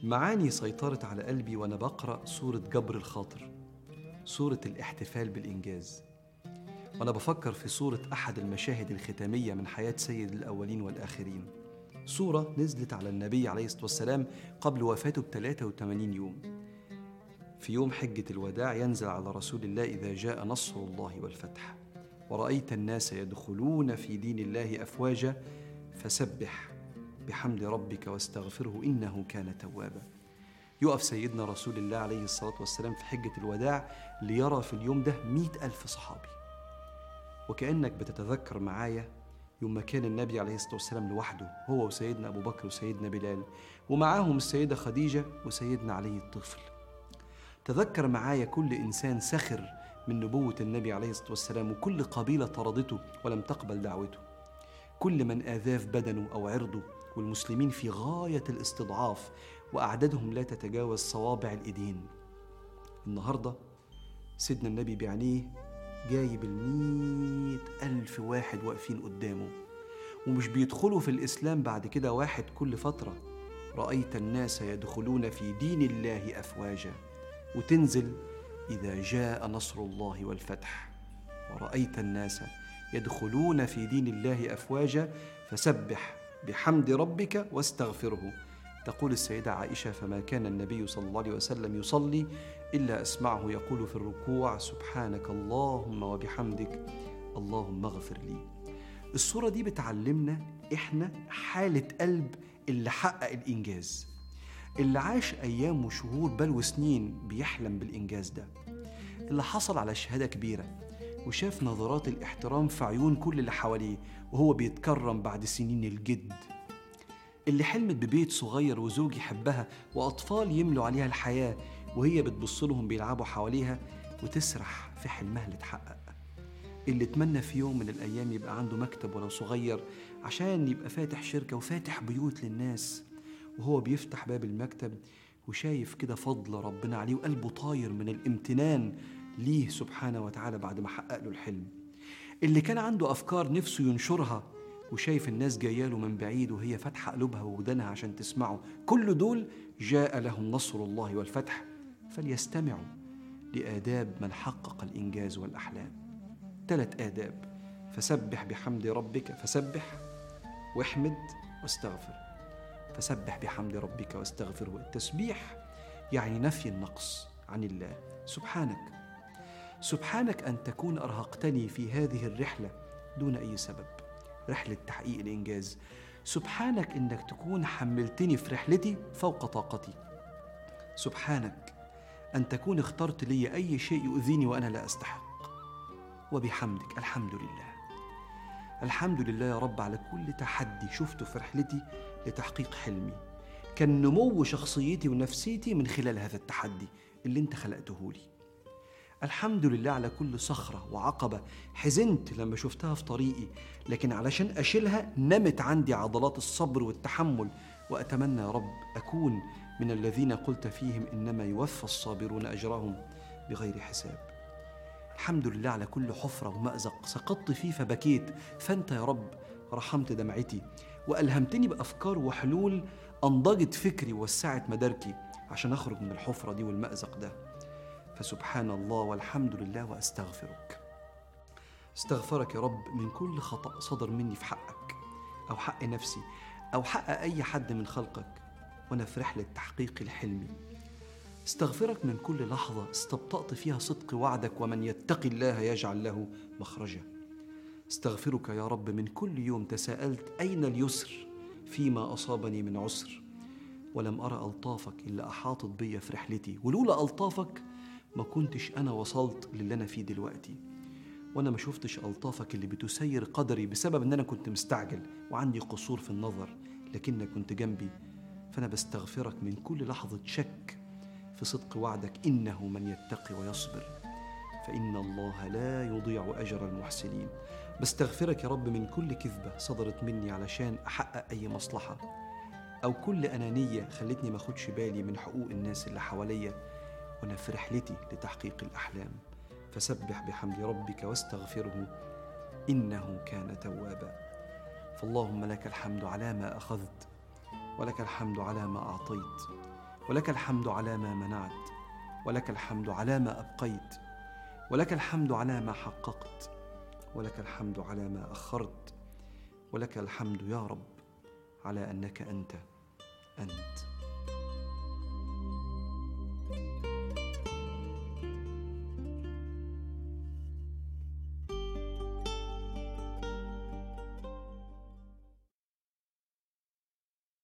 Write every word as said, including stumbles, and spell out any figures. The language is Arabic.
معاني سيطرت على قلبي وأنا بقرأ سورة جبر الخاطر، سورة الاحتفال بالإنجاز، وأنا بفكر في سورة أحد المشاهد الختامية من حياة سيد الأولين والآخرين، سورة نزلت على النبي عليه الصلاة والسلام قبل وفاته بثلاثة وثمانين يوم. في يوم حجة الوداع ينزل على رسول الله: إذا جاء نصر الله والفتح ورأيت الناس يدخلون في دين الله أفواجا فسبح بحمد ربك واستغفره إنه كان توابا. يقف سيدنا رسول الله عليه الصلاة والسلام في حجة الوداع ليرى في اليوم ده مئة ألف صحابي. وكأنك بتتذكر معايا يوم ما كان النبي عليه الصلاة والسلام لوحده، هو وسيدنا أبو بكر وسيدنا بلال، ومعاهم السيدة خديجة وسيدنا علي الطفل. تذكر معايا كل إنسان سخر من نبوة النبي عليه الصلاة والسلام، وكل قبيلة طردته ولم تقبل دعوته، كل من آذاه في بدنه أو عرضه، والمسلمين في غاية الاستضعاف وأعدادهم لا تتجاوز صوابع الإيدين. النهاردة سيدنا النبي بعينيه جايب المئة ألف واحد واقفين قدامه، ومش بيدخلوا في الإسلام بعد كده واحد كل فترة. رأيت الناس يدخلون في دين الله أفواجا، وتنزل: إذا جاء نصر الله والفتح ورأيت الناس يدخلون في دين الله أفواجا فسبح بحمد ربك واستغفره. تقول السيدة عائشة: فما كان النبي صلى الله عليه وسلم يصلي إلا أسمعه يقول في الركوع: سبحانك اللهم وبحمدك اللهم اغفر لي. الصورة دي بتعلمنا إحنا حالة قلب اللي حقق الإنجاز، اللي عاش أيام وشهور بل وسنين بيحلم بالإنجاز ده، اللي حصل على شهادة كبيرة وشاف نظرات الاحترام في عيون كل اللي حواليه وهو بيتكرم بعد سنين الجد، اللي حلمت ببيت صغير وزوج يحبها وأطفال يملوا عليها الحياة وهي بتبص لهم بيلعبوا حواليها وتسرح في حلمها اللي اتحقق، اللي اتمنى في يوم من الأيام يبقى عنده مكتب ولو صغير عشان يبقى فاتح شركة وفاتح بيوت للناس، وهو بيفتح باب المكتب وشايف كده فضل ربنا عليه وقلبه طاير من الامتنان ليه سبحانه وتعالى بعد ما حقق له الحلم، اللي كان عنده أفكار نفسه ينشرها وشايف الناس جاياله من بعيد وهي فاتحة قلوبها وودانها عشان تسمعه. كل دول جاء لهم نصر الله والفتح فليستمعوا لآداب من حقق الإنجاز والأحلام. ثلاث آداب: فسبح بحمد ربك، فسبح واحمد واستغفر. فسبح بحمد ربك واستغفره. التسبيح يعني نفي النقص عن الله. سبحانك سبحانك أن تكون أرهقتني في هذه الرحلة دون أي سبب، رحلة تحقيق الإنجاز. سبحانك إنك تكون حملتني في رحلتي فوق طاقتي. سبحانك أن تكون اخترت لي أي شيء يؤذيني وأنا لا أستحق. وبحمدك، الحمد لله الحمد لله يا رب على كل تحدي شفته في رحلتي لتحقيق حلمي، كان نمو شخصيتي ونفسيتي من خلال هذا التحدي اللي انت خلقته لي. الحمد لله على كل صخرة وعقبة حزنت لما شفتها في طريقي، لكن علشان أشيلها نمت عندي عضلات الصبر والتحمل، وأتمنى يا رب أكون من الذين قلت فيهم إنما يوفى الصابرون أجرهم بغير حساب. الحمد لله على كل حفرة ومأزق سقطت فيه فبكيت، فأنت يا رب رحمت دمعتي وألهمتني بأفكار وحلول أنضجت فكري ووسعت مداركي عشان أخرج من الحفرة دي والمأزق ده. فسبحان الله والحمد لله وأستغفرك. استغفرك يا رب من كل خطأ صدر مني في حقك أو حق نفسي أو حق أي حد من خلقك وأنا في رحلة تحقيق الحلم. استغفرك من كل لحظة استبطأت فيها صدق وعدك: ومن يتق الله يجعل له مخرجا. استغفرك يا رب من كل يوم تساءلت أين اليسر فيما أصابني من عسر، ولم أرى ألطافك إلا أحاطت بي في رحلتي، ولولا ألطافك ما كنتش أنا وصلت للي أنا فيه دلوقتي، وأنا ما شفتش ألطافك اللي بتسير قدري بسبب أن أنا كنت مستعجل وعندي قصور في النظر، لكنك كنت جنبي. فأنا بستغفرك من كل لحظة شك في صدق وعدك: إنه من يتقي ويصبر فإن الله لا يضيع أجر المحسنين. بستغفرك يا رب من كل كذبة صدرت مني علشان أحقق أي مصلحة، أو كل أنانية خلتني ما أخدش بالي من حقوق الناس اللي حواليا وأنا في رحلتي لتحقيق الأحلام. فسبح بحمد ربك واستغفره إنه كان توابا. فاللهم لك الحمد على ما أخذت، ولك الحمد على ما أعطيت، ولك الحمد على ما منعت، ولك الحمد على ما أبقيت، ولك الحمد على ما حققت، ولك الحمد على ما أخرت، ولك الحمد يا رب على أنك أنت أنت